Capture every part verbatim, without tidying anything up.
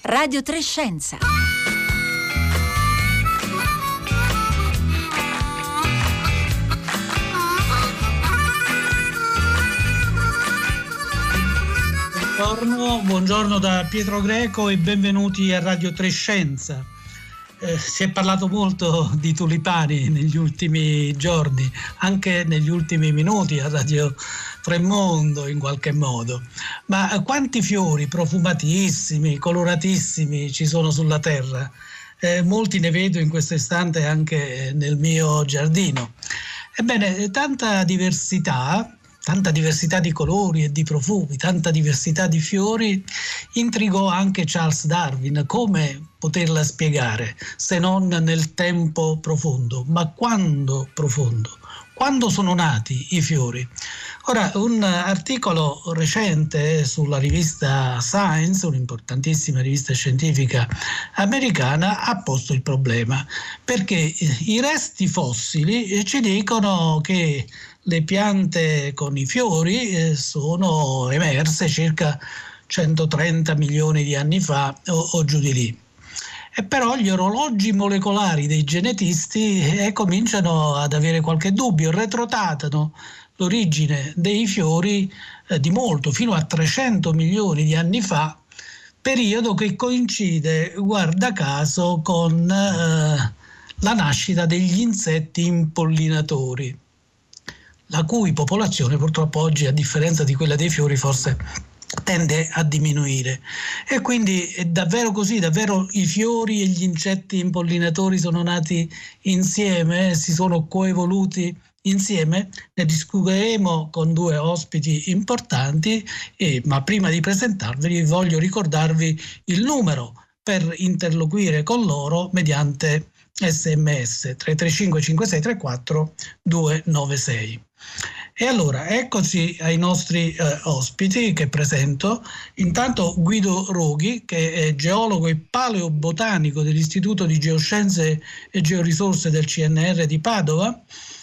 Radio tre Scienza. Buongiorno, buongiorno da Pietro Greco e benvenuti a Radio tre Scienza. Eh, si è parlato molto di tulipani negli ultimi giorni, anche negli ultimi minuti a Radio Tremondo in qualche modo. Ma quanti fiori profumatissimi, coloratissimi ci sono sulla terra? Eh, molti ne vedo in questo istante anche nel mio giardino. Ebbene, tanta diversità, tanta diversità di colori e di profumi, tanta diversità di fiori, intrigò anche Charles Darwin. Come poterla spiegare se non nel tempo profondo? Ma quando profondo? Quando sono nati i fiori? Ora, un articolo recente sulla rivista Science, un'importantissima rivista scientifica americana, ha posto il problema, perché i resti fossili ci dicono che le piante con i fiori eh, sono emerse circa centotrenta milioni di anni fa o, o giù di lì. E però gli orologi molecolari dei genetisti eh, cominciano ad avere qualche dubbio, retrodatano l'origine dei fiori eh, di molto, fino a trecento milioni di anni fa, periodo che coincide, guarda caso, con eh, la nascita degli insetti impollinatori, la cui popolazione purtroppo oggi, a differenza di quella dei fiori, forse tende a diminuire. E quindi è davvero così, davvero i fiori e gli insetti impollinatori sono nati insieme, si sono coevoluti insieme? Ne discuteremo con due ospiti importanti, eh, ma prima di presentarveli voglio ricordarvi il numero per interloquire con loro mediante sms tre tre cinque cinque sei tre quattro due nove sei. E allora eccoci ai nostri eh, ospiti che presento. Intanto Guido Roghi, che è geologo e paleobotanico dell'Istituto di Geoscienze e Georisorse del C N R di Padova,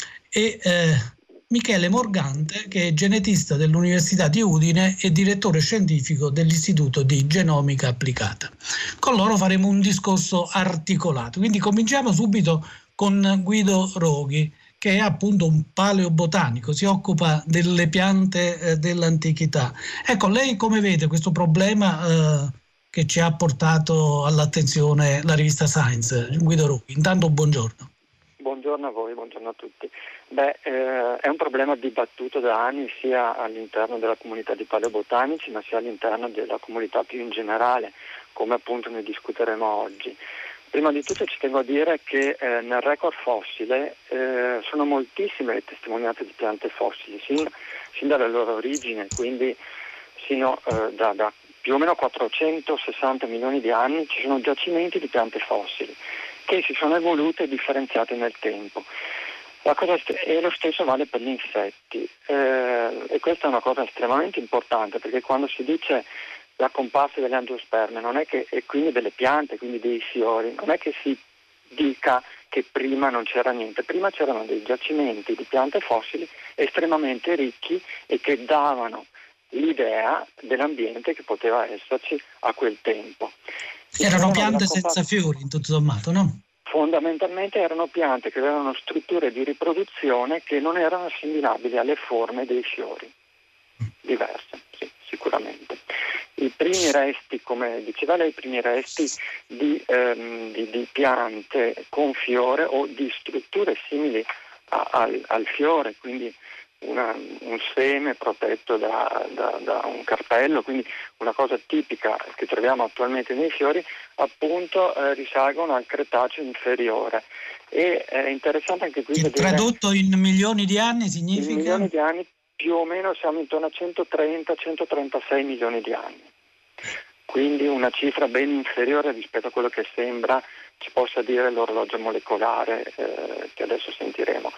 e eh, Michele Morgante, che è genetista dell'Università di Udine e direttore scientifico dell'Istituto di Genomica Applicata. Con loro faremo un discorso articolato. Quindi cominciamo subito con Guido Roghi, che è appunto un paleobotanico, si occupa delle piante eh, dell'antichità. Ecco, lei come vede questo problema eh, che ci ha portato all'attenzione la rivista Science? Guido Roghi, intanto buongiorno. Buongiorno a voi, buongiorno a tutti. Beh, eh, è un problema dibattuto da anni sia all'interno della comunità di paleobotanici, ma sia all'interno della comunità più in generale, come appunto ne discuteremo oggi. Prima di tutto ci tengo a dire che eh, nel record fossile eh, sono moltissime le testimonianze di piante fossili, sin, sin dalle loro origini, quindi sino eh, da, da più o meno quattrocentosessanta milioni di anni ci sono giacimenti di piante fossili che si sono evolute e differenziate nel tempo. La cosa st- e lo stesso vale per gli insetti, eh, e questa è una cosa estremamente importante, perché quando si dice la comparsa delle angiosperme non è che, e quindi delle piante, quindi dei fiori, non è che si dica che prima non c'era niente, prima c'erano dei giacimenti di piante fossili estremamente ricchi e che davano l'idea dell'ambiente che poteva esserci a quel tempo. Erano piante senza fiori, in tutto sommato, no? Fondamentalmente erano piante che avevano strutture di riproduzione che non erano assimilabili alle forme dei fiori, diverse, sì, sicuramente. I primi resti, come diceva lei, i primi resti di, ehm, di, di piante con fiore o di strutture simili a, al, al fiore, quindi una, un seme protetto da, da, da un carpello, quindi una cosa tipica che troviamo attualmente nei fiori, appunto eh, risalgono al Cretaceo inferiore. E è interessante anche qui vedere... Tradotto in milioni di anni significa? In milioni di anni più o meno siamo intorno a centotrenta centotrentasei milioni di anni. Quindi una cifra ben inferiore rispetto a quello che sembra ci possa dire l'orologio molecolare eh, che adesso sentiremo.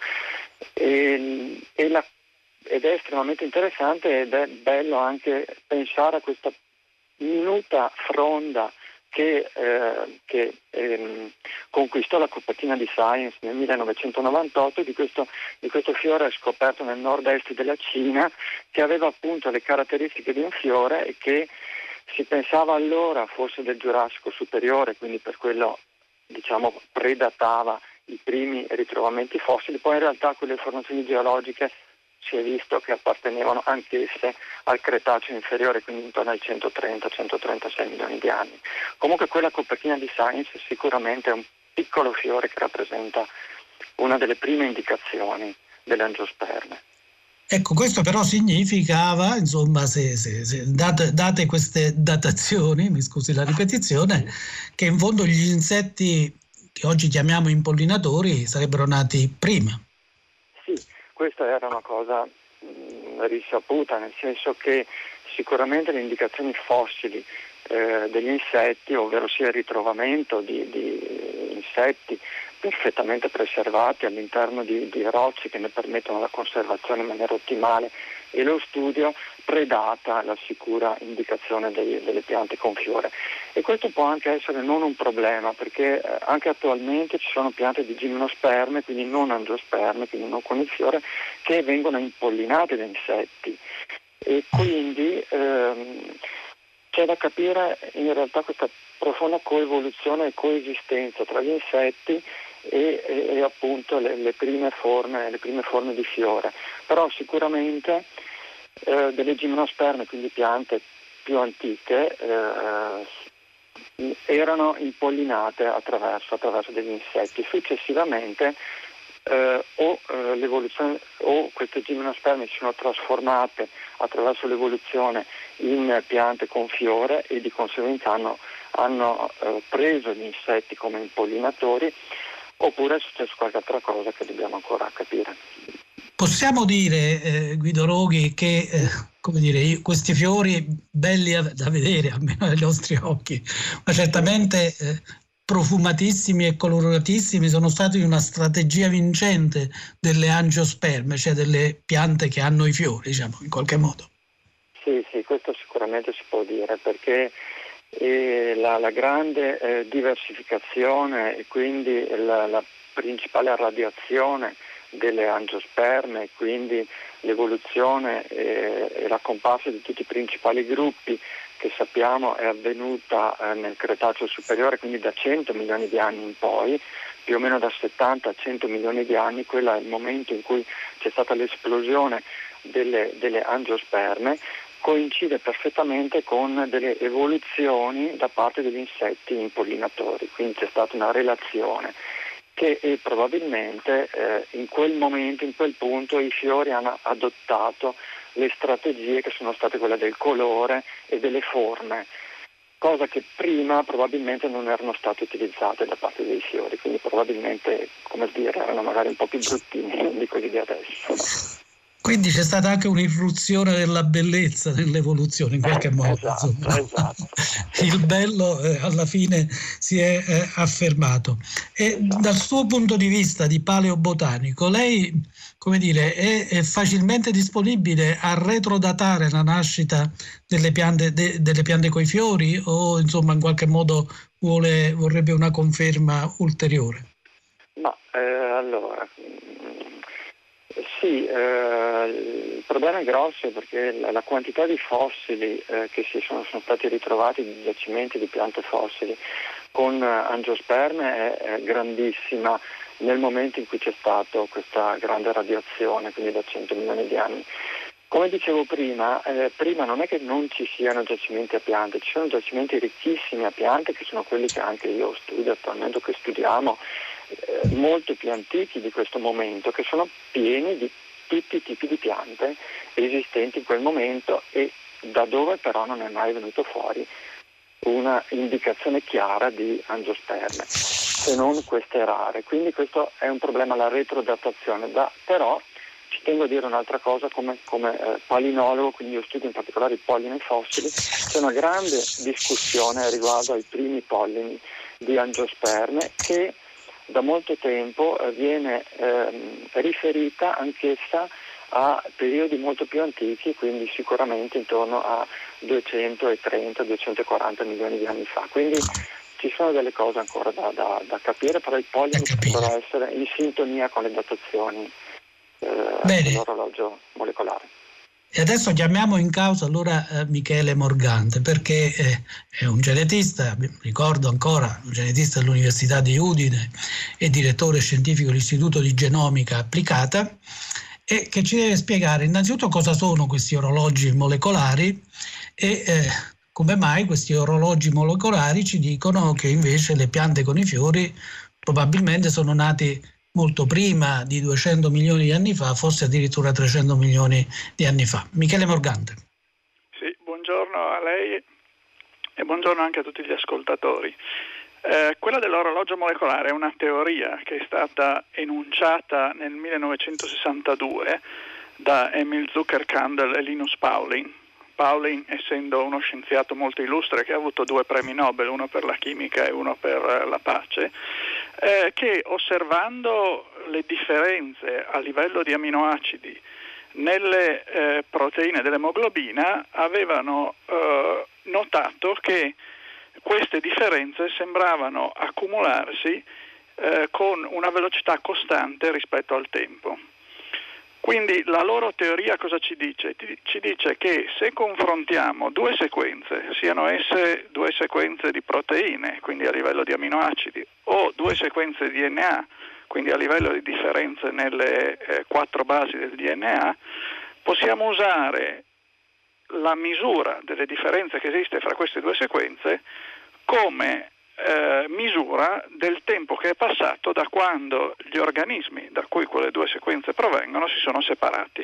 E, e la, ed è estremamente interessante ed è bello anche pensare a questa minuta fronda che, eh, che ehm, conquistò la copertina di Science nel millenovecentonovantotto di questo, di questo fiore scoperto nel nord-est della Cina, che aveva appunto le caratteristiche di un fiore e che Si pensava allora fosse del Giurassico superiore, quindi per quello diciamo predatava i primi ritrovamenti fossili, poi in realtà quelle formazioni geologiche si è visto che appartenevano anch'esse al Cretaceo inferiore, quindi intorno ai centotrenta centotrentasei milioni di anni. Comunque quella copertina di Science sicuramente è un piccolo fiore che rappresenta una delle prime indicazioni delle angiosperme. Ecco, questo però significava, insomma, se, se, se date, date queste datazioni, mi scusi la ripetizione, che in fondo gli insetti che oggi chiamiamo impollinatori sarebbero nati prima. Sì, questa era una cosa mh, risaputa, nel senso che sicuramente le indicazioni fossili eh, degli insetti, ovvero sia il ritrovamento di, di insetti perfettamente preservati all'interno di, di rocce che ne permettono la conservazione in maniera ottimale e lo studio predata la sicura indicazione dei, delle piante con fiore. E questo può anche essere non un problema, perché eh, anche attualmente ci sono piante di gimnosperme, quindi non angiosperme, quindi non con il fiore, che vengono impollinate da insetti. E quindi ehm, c'è da capire in realtà questa profonda coevoluzione e coesistenza tra gli insetti e, e, e appunto le, le prime forme, le prime forme di fiore. Però sicuramente eh, delle gimnosperme, quindi piante più antiche, eh, erano impollinate attraverso, attraverso degli insetti. Successivamente eh, o eh, l'evoluzione o queste gimnosperme si sono trasformate attraverso l'evoluzione in piante con fiore e di conseguenza hanno, hanno eh, preso gli insetti come impollinatori, oppure è successo qualche altra cosa che dobbiamo ancora capire. Possiamo dire, eh, Guido Roghi, che eh, come dire, questi fiori belli da vedere, almeno ai nostri occhi, ma certamente eh, profumatissimi e coloratissimi, sono stati una strategia vincente delle angiosperme, cioè delle piante che hanno i fiori, diciamo, in qualche modo. Sì, sì, questo sicuramente si può dire, perché eh, la, la grande eh, diversificazione e quindi la, la principale radiazione delle angiosperme e quindi l'evoluzione e, e la comparsa di tutti i principali gruppi che sappiamo è avvenuta eh, nel Cretaceo superiore, quindi da cento milioni di anni in poi, più o meno da settanta a cento milioni di anni. Quello è il momento in cui c'è stata l'esplosione delle, delle angiosperme, coincide perfettamente con delle evoluzioni da parte degli insetti impollinatori, quindi c'è stata una relazione che eh, probabilmente eh, in quel momento, in quel punto, i fiori hanno adottato le strategie che sono state quelle del colore e delle forme, cosa che prima probabilmente non erano state utilizzate da parte dei fiori, quindi probabilmente, come dire, erano magari un po' più bruttini di quelli di adesso. Quindi c'è stata anche un'irruzione della bellezza nell'evoluzione, in qualche modo. Esatto, insomma. esatto. Il bello eh, alla fine si è eh, affermato. E Esatto. Dal suo punto di vista di paleobotanico, lei, come dire, è, è facilmente disponibile a retrodatare la nascita delle piante, de, delle piante coi fiori, o insomma in qualche modo vuole, vorrebbe una conferma ulteriore? Ma eh, allora, sì, eh, il problema è grosso perché la, la quantità di fossili eh, che si sono, sono stati ritrovati, di giacimenti di piante fossili con angiosperme è, è grandissima nel momento in cui c'è stata questa grande radiazione, quindi da cento milioni di anni. Come dicevo prima, eh, prima non è che non ci siano giacimenti a piante, ci sono giacimenti ricchissimi a piante che sono quelli che anche io studio attualmente, che studiamo, eh, molto più antichi di questo momento, che sono pieni di tutti i tipi di piante esistenti in quel momento e da dove però non è mai venuto fuori una indicazione chiara di angiosperme, se non queste rare. Quindi questo è un problema, la retrodatazione, da, però ci tengo a dire un'altra cosa come, come eh, palinologo, quindi io studio in particolare i pollini fossili. C'è una grande discussione riguardo ai primi pollini di angiosperme che da molto tempo eh, viene ehm, riferita anch'essa a periodi molto più antichi, quindi sicuramente intorno a duecentotrenta duecentoquaranta milioni di anni fa. Quindi ci sono delle cose ancora da, da, da capire, però i pollini potrebbero essere in sintonia con le datazioni Eh, dell'orologio molecolare. E adesso chiamiamo in causa allora eh, Michele Morgante, perché eh, è un genetista, ricordo ancora, un genetista dell'Università di Udine e direttore scientifico dell'Istituto di Genomica Applicata, e che ci deve spiegare innanzitutto cosa sono questi orologi molecolari e eh, come mai questi orologi molecolari ci dicono che invece le piante con i fiori probabilmente sono nati molto prima di duecento milioni di anni fa, forse addirittura trecento milioni di anni fa. Michele Morgante. Sì, buongiorno a lei e buongiorno anche a tutti gli ascoltatori. Eh, quella dell'orologio molecolare è una teoria che è stata enunciata nel millenovecentosessantadue da Emil Zucker-Kandel e Linus Pauling. Pauling essendo uno scienziato molto illustre che ha avuto due premi Nobel, uno per la chimica e uno per la pace, eh, che osservando le differenze a livello di aminoacidi nelle eh, proteine dell'emoglobina avevano eh, notato che queste differenze sembravano accumularsi eh, con una velocità costante rispetto al tempo. Quindi la loro teoria cosa ci dice? Ci dice che se confrontiamo due sequenze, siano esse due sequenze di proteine, quindi a livello di aminoacidi, o due sequenze di D N A, quindi a livello di differenze nelle eh, quattro basi del D N A, possiamo usare la misura delle differenze che esiste fra queste due sequenze come Eh, misura del tempo che è passato da quando gli organismi da cui quelle due sequenze provengono si sono separati.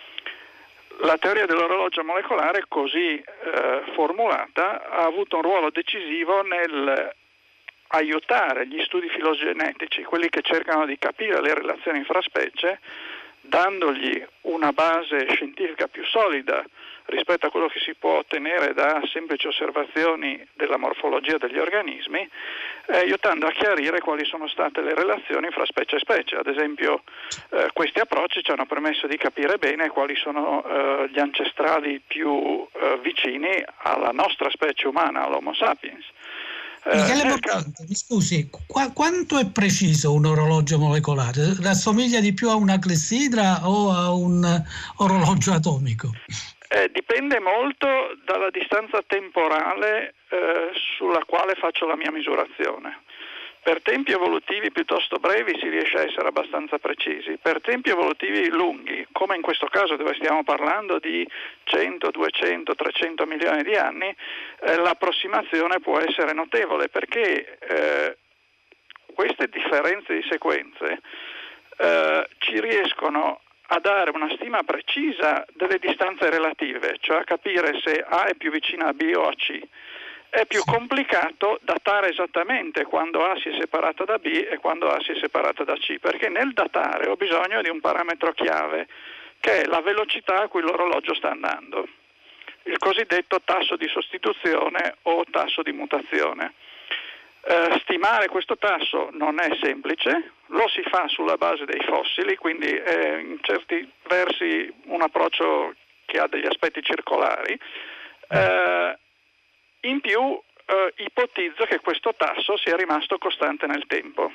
La teoria dell'orologio molecolare così eh, formulata ha avuto un ruolo decisivo nel aiutare gli studi filogenetici, quelli che cercano di capire le relazioni fra specie, dandogli una base scientifica più solida rispetto a quello che si può ottenere da semplici osservazioni della morfologia degli organismi, eh, aiutando a chiarire quali sono state le relazioni fra specie e specie. Ad esempio eh, questi approcci ci hanno permesso di capire bene quali sono eh, gli ancestrali più eh, vicini alla nostra specie umana, all'Homo sapiens. Michele Morgante, mi scusi, qu- quanto è preciso un orologio molecolare? Rassomiglia di più a una clessidra o a un orologio atomico? Eh, dipende molto dalla distanza temporale eh, sulla quale faccio la mia misurazione. Per tempi evolutivi piuttosto brevi si riesce a essere abbastanza precisi. Per tempi evolutivi lunghi, come in questo caso dove stiamo parlando di cento, duecento, trecento milioni di anni, eh, l'approssimazione può essere notevole perché eh, queste differenze di sequenze eh, ci riescono a dare una stima precisa delle distanze relative, cioè a capire se A è più vicina a B o a C. È più complicato datare esattamente quando A si è separata da B e quando A si è separata da C, perché nel datare ho bisogno di un parametro chiave, che è la velocità a cui l'orologio sta andando, il cosiddetto tasso di sostituzione o tasso di mutazione. Eh, stimare questo tasso non è semplice, lo si fa sulla base dei fossili, quindi è in certi versi un approccio che ha degli aspetti circolari. Eh, in più eh, ipotizzo che questo tasso sia rimasto costante nel tempo.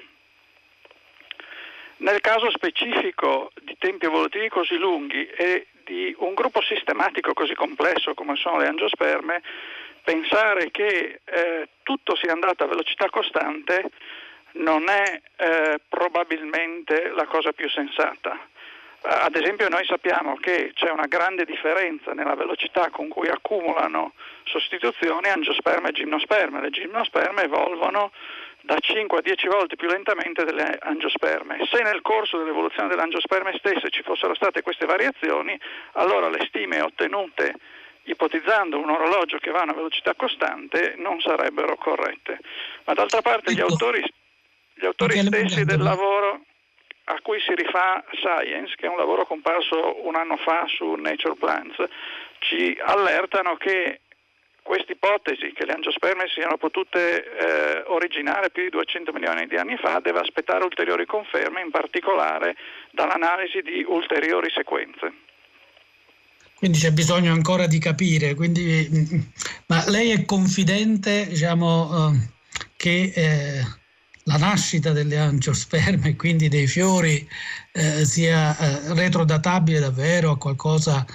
Nel caso specifico di tempi evolutivi così lunghi e di un gruppo sistematico così complesso come sono le angiosperme, pensare che eh, tutto sia andato a velocità costante non è eh, probabilmente la cosa più sensata. Uh, ad esempio noi sappiamo che c'è una grande differenza nella velocità con cui accumulano sostituzioni angiosperme e gimnosperme. Le gimnosperme evolvono da cinque a dieci volte più lentamente delle angiosperme. Se nel corso dell'evoluzione delle angiosperme stesse ci fossero state queste variazioni, allora le stime ottenute ipotizzando un orologio che va a una velocità costante non sarebbero corrette. Ma d'altra parte gli autori, gli autori stessi del lavoro a cui si rifà Science, che è un lavoro comparso un anno fa su Nature Plants, ci allertano che questa ipotesi che le angiosperme siano potute eh, originare più di duecento milioni di anni fa deve aspettare ulteriori conferme, in particolare dall'analisi di ulteriori sequenze. Quindi c'è bisogno ancora di capire. Quindi, ma lei è confidente, diciamo, eh, che eh, la nascita delle angiosperme e quindi dei fiori eh, sia eh, retrodatabile davvero a qualcosa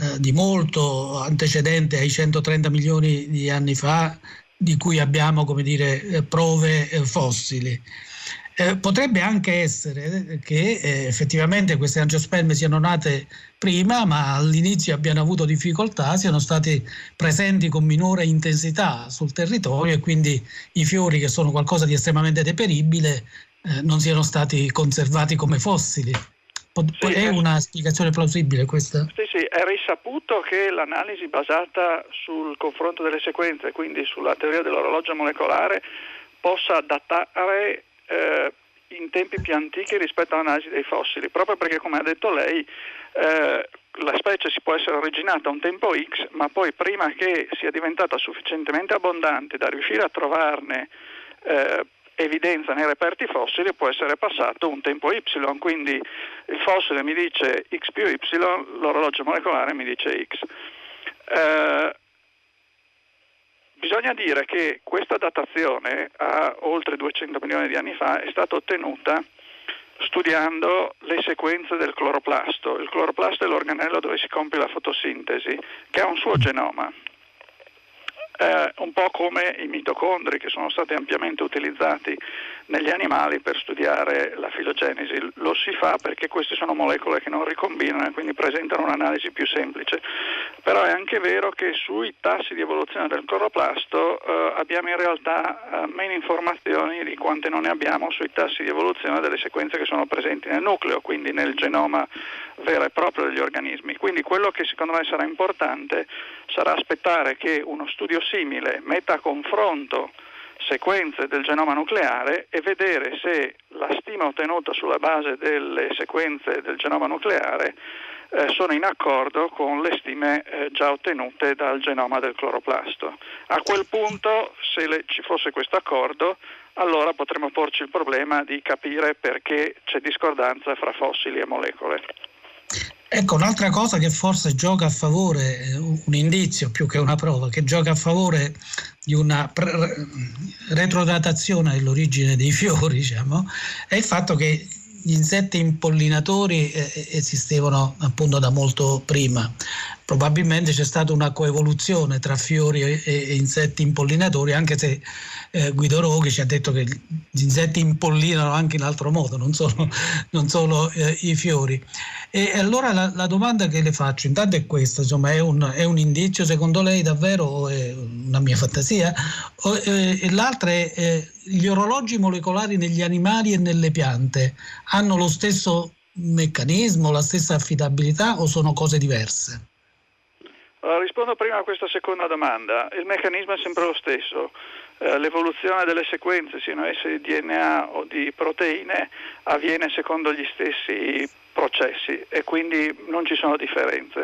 eh, di molto antecedente ai centotrenta milioni di anni fa, di cui abbiamo, come dire, eh, prove eh, fossili. Eh, potrebbe anche essere che eh, effettivamente queste angiosperme siano nate prima, ma all'inizio abbiano avuto difficoltà, siano stati presenti con minore intensità sul territorio e quindi i fiori, che sono qualcosa di estremamente deperibile, eh, non siano stati conservati come fossili. Sì, è una spiegazione plausibile questa? Sì, sì, è risaputo che l'analisi basata sul confronto delle sequenze, quindi sulla teoria dell'orologio molecolare, possa datare Eh, in tempi più antichi rispetto all'analisi dei fossili, proprio perché, come ha detto lei, eh, la specie si può essere originata a un tempo X, ma poi prima che sia diventata sufficientemente abbondante da riuscire a trovarne eh, evidenza nei reperti fossili, può essere passato un tempo Y, quindi il fossile mi dice X più Y, l'orologio molecolare mi dice X. Eh, Bisogna dire che questa datazione a oltre duecento milioni di anni fa è stata ottenuta studiando le sequenze del cloroplasto. Il cloroplasto è l'organello dove si compie la fotosintesi, che ha un suo genoma, eh, un po' come i mitocondri, che sono stati ampiamente utilizzati negli animali per studiare la filogenesi. Lo si fa perché queste sono molecole che non ricombinano e quindi presentano un'analisi più semplice. Però è anche vero che sui tassi di evoluzione del cloroplasto eh, abbiamo in realtà eh, meno informazioni di quante non ne abbiamo sui tassi di evoluzione delle sequenze che sono presenti nel nucleo, quindi nel genoma vero e proprio degli organismi. Quindi quello che secondo me sarà importante sarà aspettare che uno studio simile metta a confronto sequenze del genoma nucleare e vedere se la stima ottenuta sulla base delle sequenze del genoma nucleare eh, sono in accordo con le stime eh, già ottenute dal genoma del cloroplasto. A quel punto, se le, ci fosse questo accordo, allora potremo porci il problema di capire perché c'è discordanza fra fossili e molecole. Ecco, un'altra cosa che forse gioca a favore, un indizio più che una prova, che gioca a favore di una pre- retrodatazione dell'origine dei fiori, diciamo, è il fatto che gli insetti impollinatori eh, esistevano appunto da molto prima. Probabilmente c'è stata una coevoluzione tra fiori e, e insetti impollinatori, anche se eh, Guido Roghi ci ha detto che gli insetti impollinano anche in altro modo, non solo, non solo eh, i fiori. E allora la, la domanda che le faccio intanto è questa, insomma, è un, è un indizio secondo lei davvero o è una mia fantasia? O, eh, e l'altra è eh, gli orologi molecolari negli animali e nelle piante hanno lo stesso meccanismo, la stessa affidabilità o sono cose diverse? Allora, rispondo prima a questa seconda domanda. Il meccanismo è sempre lo stesso. Eh, l'evoluzione delle sequenze, siano esse di D N A o di proteine, avviene secondo gli stessi processi e quindi non ci sono differenze.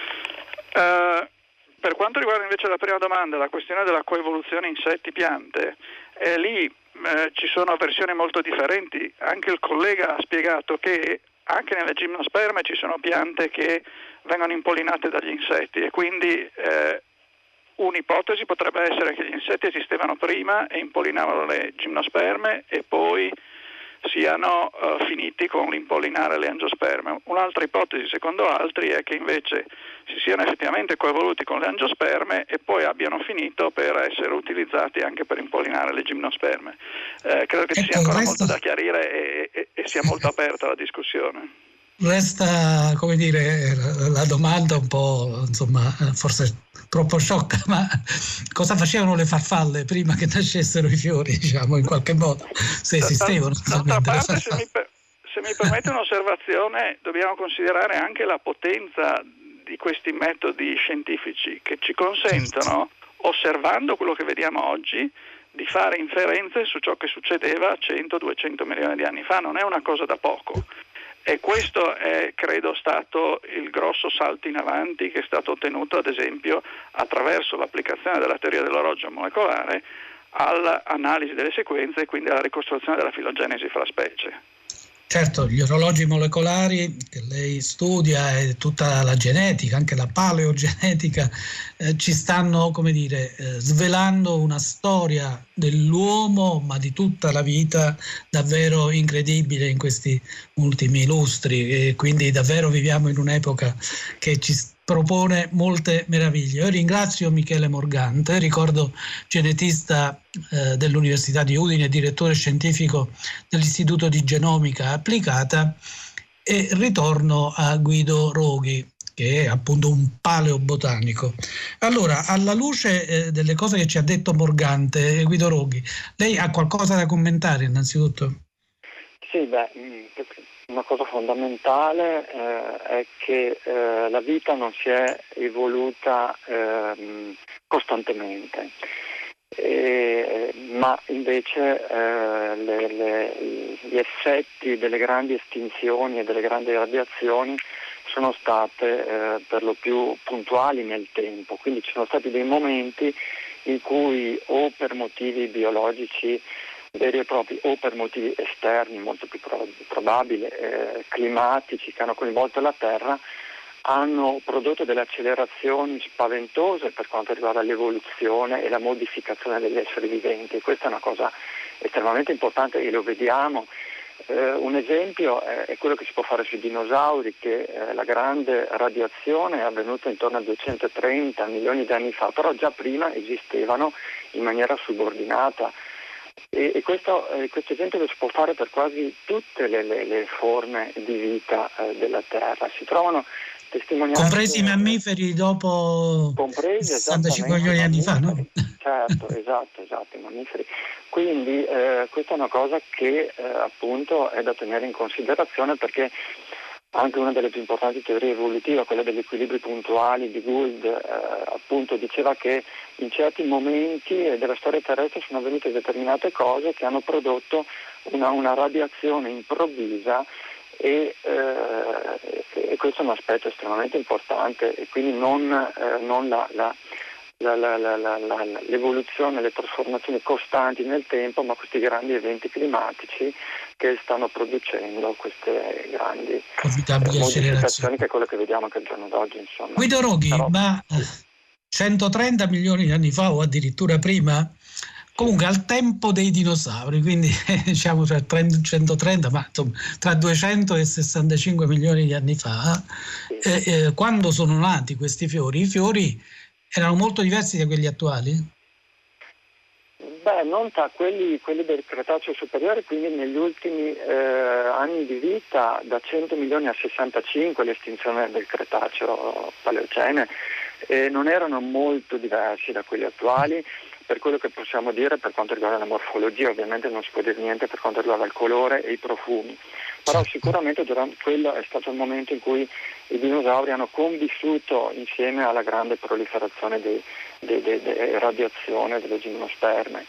Eh, per quanto riguarda invece la prima domanda, la questione della coevoluzione insetti-piante, eh, lì eh, ci sono versioni molto differenti. Anche il collega ha spiegato che anche nelle gimnosperme ci sono piante che vengono impollinate dagli insetti e quindi eh, un'ipotesi potrebbe essere che gli insetti esistevano prima e impollinavano le gimnosperme e poi siano uh, finiti con l'impollinare le angiosperme. Un'altra ipotesi, secondo altri, è che invece si siano effettivamente coevoluti con le angiosperme e poi abbiano finito per essere utilizzati anche per impollinare le gimnosperme. Eh, credo che ci sia ancora molto da chiarire e, e, e sia molto aperta la discussione. Resta, come dire, la domanda un po', insomma, forse troppo sciocca, ma cosa facevano le farfalle prima che nascessero i fiori, diciamo, in qualche modo, se esistevano? D'altra parte, se mi, per, se mi permette un'osservazione, dobbiamo considerare anche la potenza di questi metodi scientifici che ci consentono, osservando quello che vediamo oggi, di fare inferenze su ciò che succedeva cento duecento milioni di anni fa. Non è una cosa da poco. E questo è, credo, stato il grosso salto in avanti che è stato ottenuto, ad esempio, attraverso l'applicazione della teoria dell'orologio molecolare all'analisi delle sequenze e quindi alla ricostruzione della filogenesi fra specie. Certo, gli orologi molecolari che lei studia e tutta la genetica, anche la paleogenetica, eh, ci stanno, come dire, eh, svelando una storia dell'uomo, ma di tutta la vita, davvero incredibile in questi ultimi lustri. E quindi davvero viviamo in un'epoca che ci propone molte meraviglie. Io ringrazio Michele Morgante, ricordo genetista eh, dell'Università di Udine e direttore scientifico dell'Istituto di Genomica Applicata, e ritorno a Guido Roghi, che è appunto un paleobotanico. Allora, alla luce eh, delle cose che ci ha detto Morgante, Guido Roghi, lei ha qualcosa da commentare innanzitutto? Sì, beh, una cosa fondamentale eh, è che eh, la vita non si è evoluta eh, costantemente, e, ma invece eh, le, le, gli effetti delle grandi estinzioni e delle grandi radiazioni sono state eh, per lo più puntuali nel tempo, quindi ci sono stati dei momenti in cui o per motivi biologici veri e propri o per motivi esterni molto più pro- probabili, eh, climatici che hanno coinvolto la Terra, hanno prodotto delle accelerazioni spaventose per quanto riguarda l'evoluzione e la modificazione degli esseri viventi. Questa è una cosa estremamente importante e lo vediamo. Eh, un esempio è, è quello che si può fare sui dinosauri, che eh, la grande radiazione è avvenuta intorno a duecentotrenta milioni di anni fa, però già prima esistevano in maniera subordinata. E, e questo, eh, questo esempio lo si può fare per quasi tutte le, le, le forme di vita eh, della Terra. Si trovano testimonianze... Compresi i mammiferi dopo compresi, sessantacinque milioni di anni fa, no? Certo, esatto, esatto, i mammiferi. Quindi eh, questa è una cosa che eh, appunto è da tenere in considerazione, perché anche una delle più importanti teorie evolutive, quella degli equilibri puntuali di Gould, eh, appunto diceva che in certi momenti della storia terrestre sono avvenute determinate cose che hanno prodotto una, una radiazione improvvisa e, eh, e questo è un aspetto estremamente importante, e quindi non, eh, non la, la, la, la, la, la, la, l'evoluzione, le trasformazioni costanti nel tempo, ma questi grandi eventi climatici che stanno producendo queste grandi eh, modificazioni, che è quello che vediamo anche al giorno d'oggi. Insomma. Guido Roghi, Però, ma centotrenta milioni di anni fa o addirittura prima, comunque al tempo dei dinosauri, quindi diciamo tra centotrenta, ma insomma, tra duecento e sessantacinque milioni di anni fa, sì. eh, eh, quando sono nati questi fiori, i fiori erano molto diversi da quelli attuali? Beh, non tra quelli, quelli del Cretaceo superiore, quindi negli ultimi eh, anni di vita, da cento milioni a sessantacinque, l'estinzione del Cretaceo Paleocene, eh, non erano molto diversi da quelli attuali. Per quello che possiamo dire per quanto riguarda la morfologia, ovviamente non si può dire niente per quanto riguarda il colore e i profumi, però sicuramente durante quello è stato il momento in cui i dinosauri hanno convissuto insieme alla grande proliferazione di, di, di, di radiazione delle gimnosperme.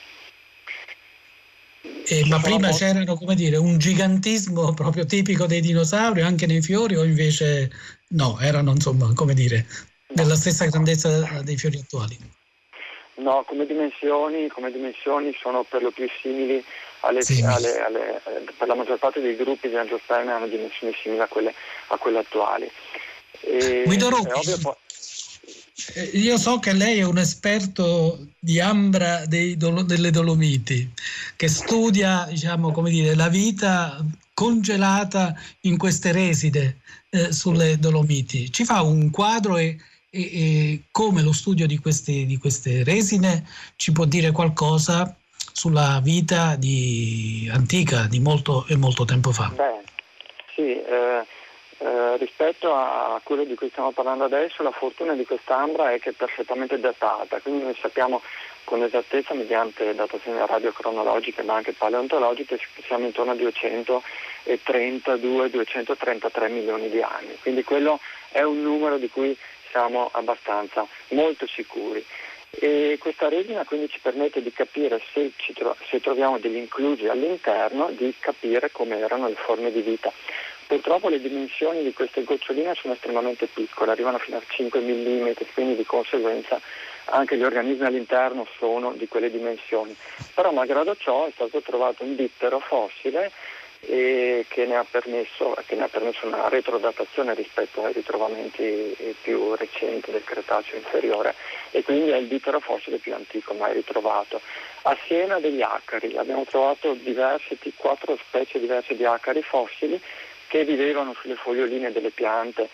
Eh, ma prima molti... c'erano, come dire, un gigantismo proprio tipico dei dinosauri anche nei fiori, o invece no, erano insomma, come dire, della stessa grandezza dei fiori attuali? No, come dimensioni, come dimensioni sono per lo più simili alle, sì. alle, alle, per la maggior parte dei gruppi di angiosperme hanno dimensioni simili a quelle, a quelle attuali. E, Guido Roghi, poi... io so che lei è un esperto di ambra dei Dolo, delle Dolomiti, che studia, diciamo, come dire, la vita congelata in queste reside eh, sulle Dolomiti. Ci fa un quadro e E, e come lo studio di queste, di queste resine ci può dire qualcosa sulla vita di, antica di molto e molto tempo fa? Beh, sì, eh, eh, rispetto a quello di cui stiamo parlando adesso, la fortuna di quest'ambra è che è perfettamente datata, quindi noi sappiamo con esattezza, mediante datazioni radiocronologiche ma anche paleontologiche, siamo intorno a duecentotrentadue duecentotrentatré milioni di anni, quindi quello è un numero di cui siamo abbastanza molto sicuri, e questa resina quindi ci permette di capire, se, ci tro- se troviamo degli inclusi all'interno, di capire come erano le forme di vita. Purtroppo le dimensioni di queste goccioline sono estremamente piccole, arrivano fino a cinque millimetri, quindi di conseguenza anche gli organismi all'interno sono di quelle dimensioni. Però malgrado ciò è stato trovato un dittero fossile e che ne ha permesso, che ne ha permesso una retrodatazione rispetto ai ritrovamenti più recenti del Cretaceo inferiore, e quindi è il dittero fossile più antico mai ritrovato. Assieme a degli acari abbiamo trovato diverse, quattro specie diverse di acari fossili che vivevano sulle foglioline delle piante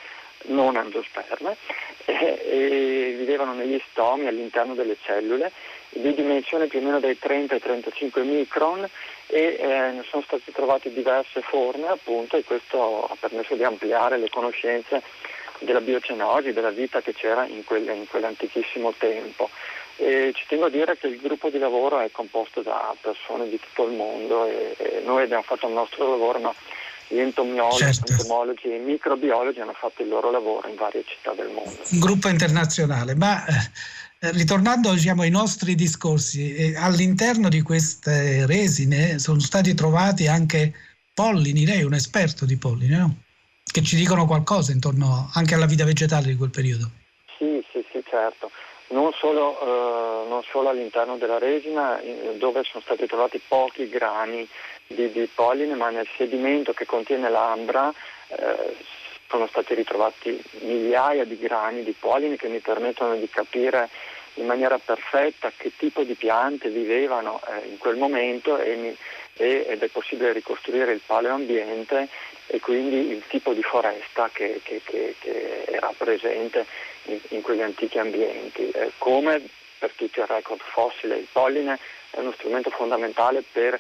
non angiosperme, e, e vivevano negli stomi all'interno delle cellule di dimensione più o meno dai trenta ai trentacinque micron, e eh, ne sono state trovate diverse forme appunto, e questo ha permesso di ampliare le conoscenze della biocenosi, della vita che c'era in, quelle, in quell'antichissimo tempo. E ci tengo a dire che il gruppo di lavoro è composto da persone di tutto il mondo, e, e noi abbiamo fatto il nostro lavoro, ma gli entomiologi, certo. entomologi e microbiologi hanno fatto il loro lavoro in varie città del mondo. Un gruppo internazionale, ma eh, ritornando diciamo, ai nostri discorsi, eh, all'interno di queste resine sono stati trovati anche pollini, lei è un esperto di pollini, no? Che ci dicono qualcosa intorno anche alla vita vegetale di quel periodo. Sì, sì, sì, certo. Non solo, eh, non solo all'interno della resina, dove sono stati trovati pochi grani di, di polline, ma nel sedimento che contiene l'ambra eh, sono stati ritrovati migliaia di grani di polline che mi permettono di capire in maniera perfetta che tipo di piante vivevano eh, in quel momento, e, mi, e, ed è possibile ricostruire il paleoambiente e quindi il tipo di foresta che, che, che, che era presente in, in quegli antichi ambienti. Eh, come per tutti il record fossile, il polline è uno strumento fondamentale per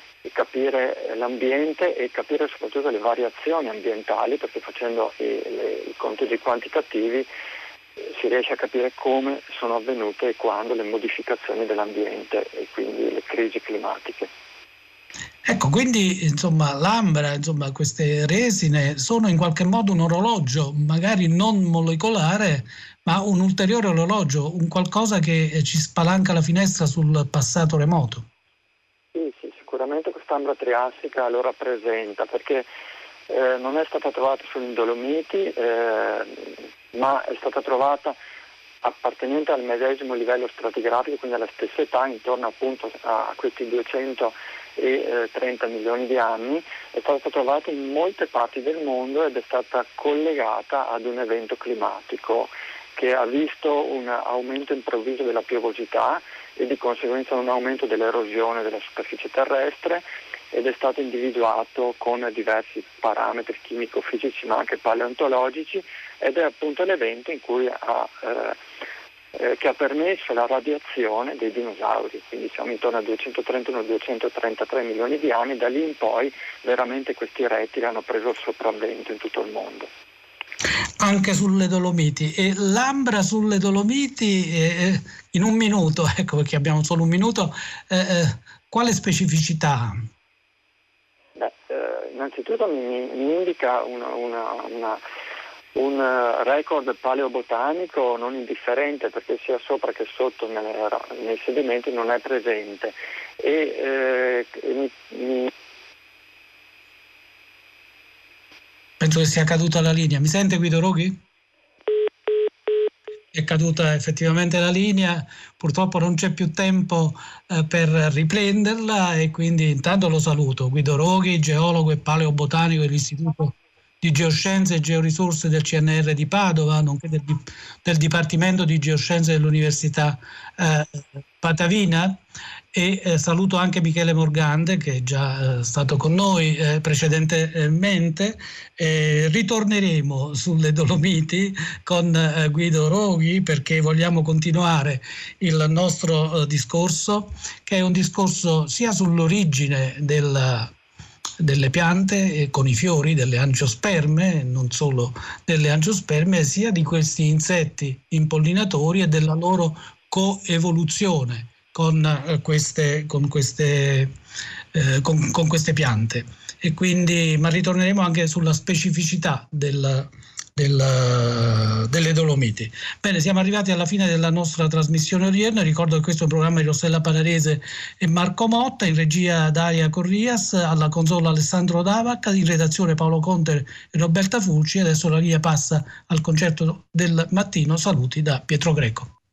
capire l'ambiente e capire soprattutto le variazioni ambientali, perché facendo i, le, i conteggi quantitativi eh, si riesce a capire come sono avvenute e quando le modificazioni dell'ambiente e quindi le crisi climatiche. Ecco, quindi insomma l'ambra, insomma queste resine sono in qualche modo un orologio, magari non molecolare, ma un ulteriore orologio, un qualcosa che ci spalanca la finestra sul passato remoto. Sì, sì, sicuramente quest'ambra triassica lo rappresenta, perché eh, non è stata trovata solo in Dolomiti, eh, ma è stata trovata appartenente al medesimo livello stratigrafico, quindi alla stessa età, intorno appunto a questi duecentotrenta milioni di anni, è stata trovata in molte parti del mondo ed è stata collegata ad un evento climatico che ha visto un aumento improvviso della piovosità e di conseguenza un aumento dell'erosione della superficie terrestre, ed è stato individuato con diversi parametri chimico-fisici ma anche paleontologici, ed è appunto l'evento in cui ha, eh, eh, che ha permesso la radiazione dei dinosauri, quindi siamo intorno a duecentotrentuno duecentotrentatré milioni di anni. Da lì in poi veramente questi rettili hanno preso il sopravvento in tutto il mondo. Anche sulle Dolomiti. E l'ambra sulle Dolomiti, eh, in un minuto, ecco perché abbiamo solo un minuto, eh, eh, quale specificità ha? Beh, eh, innanzitutto mi, mi indica una, una, una, un record paleobotanico non indifferente, perché sia sopra che sotto nelle, nei sedimenti non è presente. E, eh, mi, mi Penso che sia caduta la linea. Mi sente Guido Roghi? È caduta effettivamente la linea, purtroppo non c'è più tempo eh, per riprenderla, e quindi intanto lo saluto. Guido Roghi, geologo e paleobotanico dell'Istituto di Geoscienze e Georisorse del C N R di Padova, nonché del, del Dipartimento di Geoscienze dell'Università eh, Patavina. E eh, saluto anche Michele Morgante, che è già eh, stato con noi eh, precedentemente. Eh, ritorneremo sulle Dolomiti con eh, Guido Roghi, perché vogliamo continuare il nostro eh, discorso, che è un discorso sia sull'origine del, delle piante eh, con i fiori, delle angiosperme, non solo delle angiosperme, sia di questi insetti impollinatori e della loro coevoluzione con queste, con queste, eh, con, con queste piante. E quindi, ma ritorneremo anche sulla specificità del, del, delle Dolomiti. Bene, siamo arrivati alla fine della nostra trasmissione odierna. Ricordo che questo è un programma di Rossella Panarese e Marco Motta, in regia Daria Corrias, alla console Alessandro Davac, in redazione Paolo Conter e Roberta Fulci. Adesso la linea passa al concerto del mattino. Saluti da Pietro Greco.